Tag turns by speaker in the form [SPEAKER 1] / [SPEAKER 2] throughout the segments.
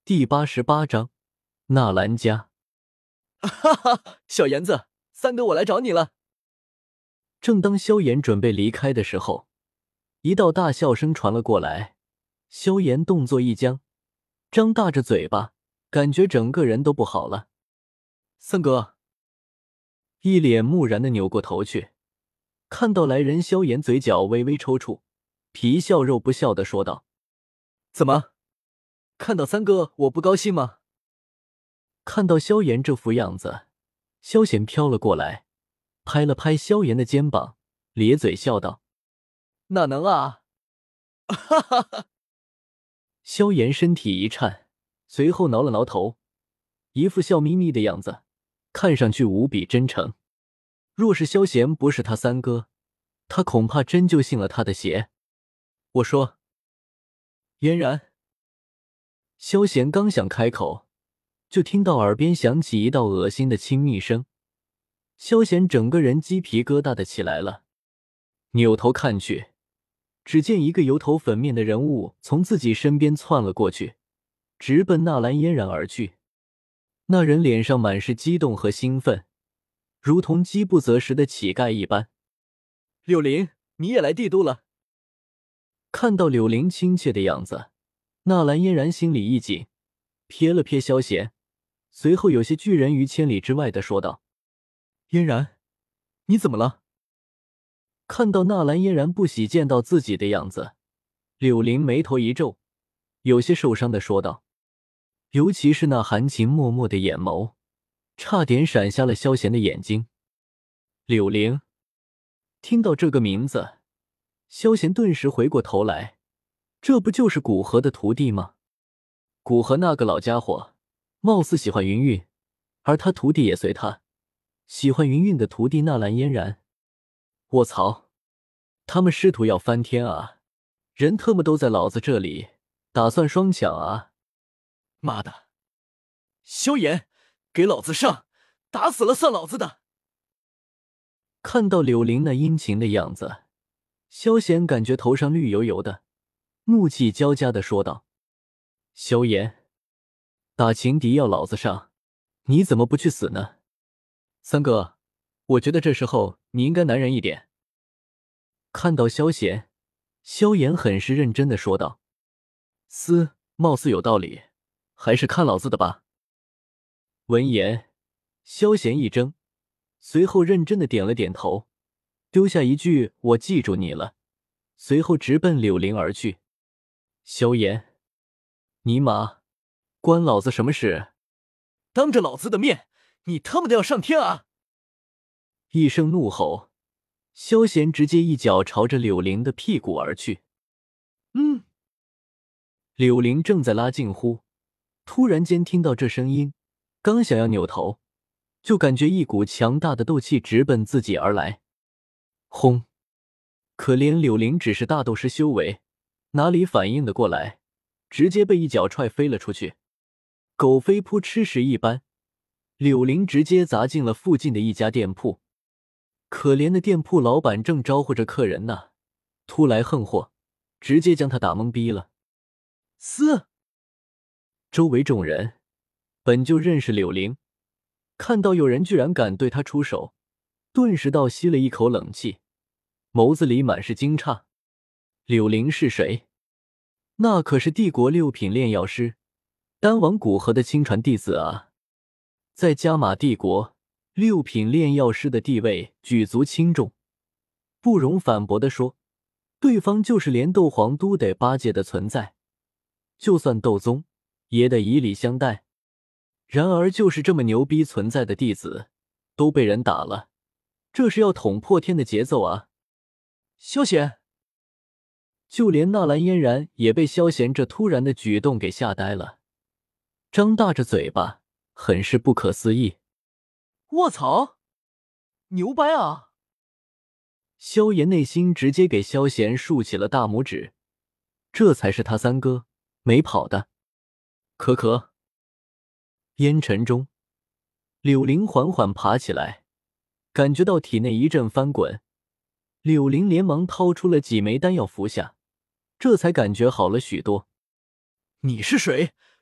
[SPEAKER 1] 第88章纳兰家。
[SPEAKER 2] 哈哈，小妍子，三哥我来找你了。
[SPEAKER 1] 正当萧炎准备离开的时候，一道大笑声传了过来。萧炎动作一僵，张大着嘴巴，感觉整个人都不好了。
[SPEAKER 2] 三哥，
[SPEAKER 1] 一脸木然的扭过头去，看到来人，萧炎嘴角微微抽搐，皮笑肉不笑的说道：
[SPEAKER 2] 怎么，看到三哥我不高兴吗？
[SPEAKER 1] 看到萧炎这副样子，萧贤飘了过来，拍了拍萧炎的肩膀，咧嘴笑道：
[SPEAKER 2] 哪能啊！哈哈哈。
[SPEAKER 1] 萧炎身体一颤，随后挠了挠头，一副笑眯眯的样子，看上去无比真诚。若是萧贤不是他三哥，他恐怕真就信了他的邪。
[SPEAKER 2] 我说，嫣然。
[SPEAKER 1] 萧贤刚想开口，就听到耳边响起一道恶心的亲昵声，萧贤整个人鸡皮疙瘩的起来了。扭头看去，只见一个油头粉面的人物从自己身边窜了过去，直奔纳兰嫣然而去。那人脸上满是激动和兴奋，如同饥不择食的乞丐一般。
[SPEAKER 2] 柳林，你也来帝都了。
[SPEAKER 1] 看到柳林亲切的样子，纳兰嫣然心里一紧，瞥了瞥萧贤，随后有些拒人于千里之外的说道：
[SPEAKER 2] 嫣然，你怎么了？
[SPEAKER 1] 看到纳兰嫣然不喜见到自己的样子，柳林眉头一皱，有些受伤的说道，尤其是那含情脉脉的眼眸，差点闪瞎了萧贤的眼睛。柳灵，听到这个名字，萧贤顿时回过头来，这不就是古河的徒弟吗？古河那个老家伙貌似喜欢云韵，而他徒弟也随他喜欢云韵的徒弟纳兰嫣然。卧槽，他们师徒要翻天啊，人特么都在老子这里，打算双抢啊。
[SPEAKER 2] 妈的，萧炎，给老子上，打死了算老子的。
[SPEAKER 1] 看到柳灵那殷勤的样子，萧贤感觉头上绿油油的，怒气交加的说道：萧炎，打情敌要老子上，你怎么不去死呢？
[SPEAKER 2] 三哥，我觉得这时候你应该男人一点。
[SPEAKER 1] 看到萧贤，萧炎很是认真的说道：貌似有道理，还是看老子的吧。闻言，萧贤一怔，随后认真的点了点头，丢下一句我记住你了，随后直奔柳林而去。萧炎，尼玛，关老子什么事？
[SPEAKER 2] 当着老子的面，你他妈的要上天啊！
[SPEAKER 1] 一声怒吼，萧贤直接一脚朝着柳灵的屁股而去。柳灵正在拉近乎，突然间听到这声音，刚想要扭头，就感觉一股强大的斗气直奔自己而来。轰！可怜柳灵只是大斗师修为，哪里反应得过来，直接被一脚踹飞了出去。狗飞扑吃食一般，柳灵直接砸进了附近的一家店铺。可怜的店铺老板正招呼着客人呢，突来横祸，直接将他打懵逼了。周围众人本就认识柳灵，看到有人居然敢对他出手，顿时倒吸了一口冷气，眸子里满是惊诧。柳灵是谁？那可是帝国6品炼药师，丹王古河的亲传弟子啊！在加玛帝国，6品炼药师的地位举足轻重，不容反驳地说，对方就是连斗皇都得8阶的存在，就算斗宗也得以礼相待。然而就是这么牛逼存在的弟子都被人打了，这是要捅破天的节奏啊！
[SPEAKER 2] 萧贤，
[SPEAKER 1] 就连纳兰嫣然也被萧贤这突然的举动给吓呆了，张大着嘴巴，很是不可思议。
[SPEAKER 2] 卧槽，牛掰啊！
[SPEAKER 1] 萧炎内心直接给萧贤竖起了大拇指，这才是他三哥，没跑的。可可，烟尘中，柳灵缓缓爬起来，感觉到体内一阵翻滚，柳灵连忙掏出了几枚丹药服下，这才感觉好了许多。
[SPEAKER 2] 你是谁？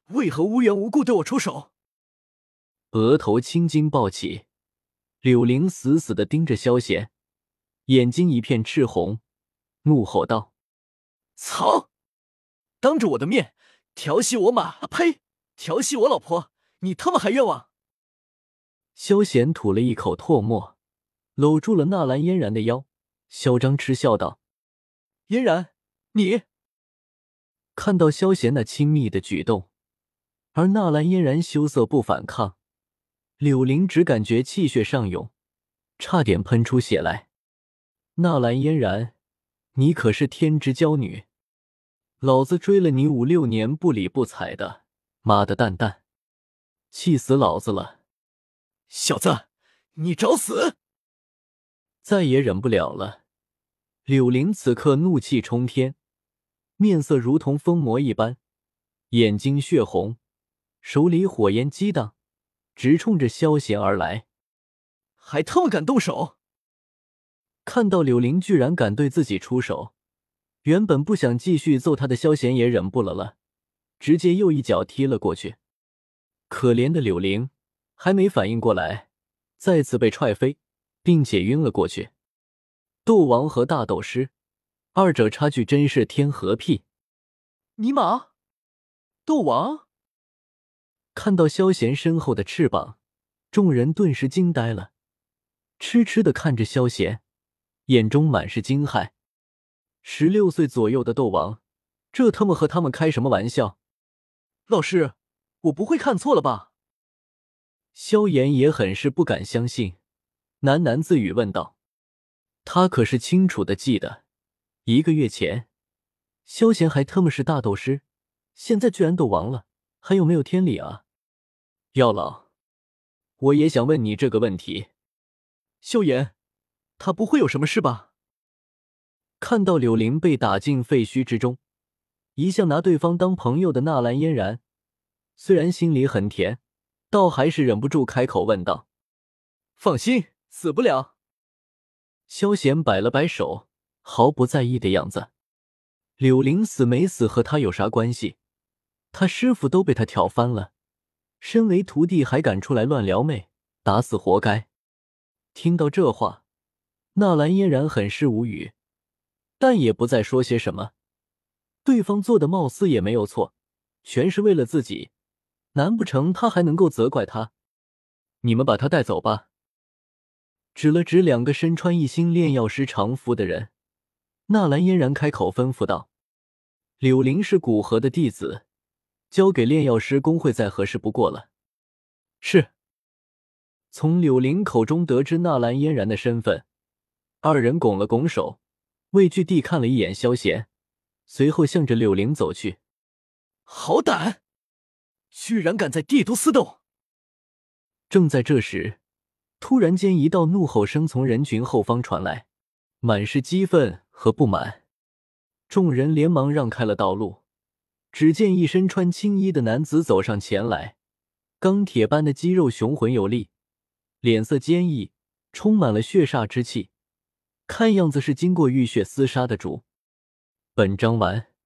[SPEAKER 2] 为何无缘无故对我出手？
[SPEAKER 1] 额头青筋暴起，柳灵死死地盯着萧贤，眼睛一片赤红，怒吼道：
[SPEAKER 2] 操！当着我的面调戏我呸！调戏我老婆，你他妈还冤枉！
[SPEAKER 1] 萧贤吐了一口唾沫，搂住了纳兰嫣然的腰，嚣张嗤笑道：
[SPEAKER 2] 嫣然，你……
[SPEAKER 1] 看到萧贤那亲密的举动，而纳兰嫣然羞涩不反抗，柳灵只感觉气血上涌，差点喷出血来。纳兰嫣然，你可是天之娇女，老子追了你5、6年不理不睬的，妈的蛋蛋，气死老子了！
[SPEAKER 2] 小子，你找死！
[SPEAKER 1] 再也忍不了了，柳灵此刻怒气冲天，面色如同疯魔一般，眼睛血红，手里火焰激荡，直冲着萧贤而来。
[SPEAKER 2] 还他妈敢动手！
[SPEAKER 1] 看到柳灵居然敢对自己出手，原本不想继续揍他的萧贤也忍不了，直接又一脚踢了过去。可怜的柳灵还没反应过来，再次被踹飞，并且晕了过去。斗王和大斗师，二者差距真是天和地。
[SPEAKER 2] 尼玛！斗王！
[SPEAKER 1] 看到萧贤身后的翅膀，众人顿时惊呆了，痴痴地看着萧贤，眼中满是惊骇。16岁左右的斗王，这他妈和他们开什么玩笑？
[SPEAKER 2] 老师，我不会看错了吧？
[SPEAKER 1] 萧炎也很是不敢相信，喃喃自语问道。他可是清楚地记得，1个月前，萧贤还他妈是大斗师，现在居然斗王了，还有没有天理啊？药老，我也想问你这个问题。
[SPEAKER 2] 萧炎，他不会有什么事吧？
[SPEAKER 1] 看到柳灵被打进废墟之中，一向拿对方当朋友的纳兰嫣然，虽然心里很甜，倒还是忍不住开口问道：
[SPEAKER 2] 放心，死不了。
[SPEAKER 1] 萧贤摆了摆手，毫不在意的样子。柳灵死没死和他有啥关系？他师父都被他挑翻了，身为徒弟还敢出来乱撩妹，打死活该。听到这话，纳兰嫣然很是无语，但也不再说些什么。对方做的貌似也没有错，全是为了自己，难不成他还能够责怪他？你们把他带走吧。指了指2个身穿一星炼药师常服的人，纳兰嫣然开口吩咐道：柳灵是古河的弟子，交给炼药师公会再合适不过了。是。从柳灵口中得知纳兰嫣然的身份，二人拱了拱手，畏惧地看了一眼萧贤，随后向着柳灵走去。
[SPEAKER 2] 好胆，居然敢在帝都私斗！
[SPEAKER 1] 正在这时，突然间一道怒吼声从人群后方传来，满是激愤和不满。众人连忙让开了道路，只见一身穿青衣的男子走上前来，钢铁般的肌肉雄浑有力，脸色坚毅，充满了血煞之气，看样子是经过浴血厮杀的主。本章完。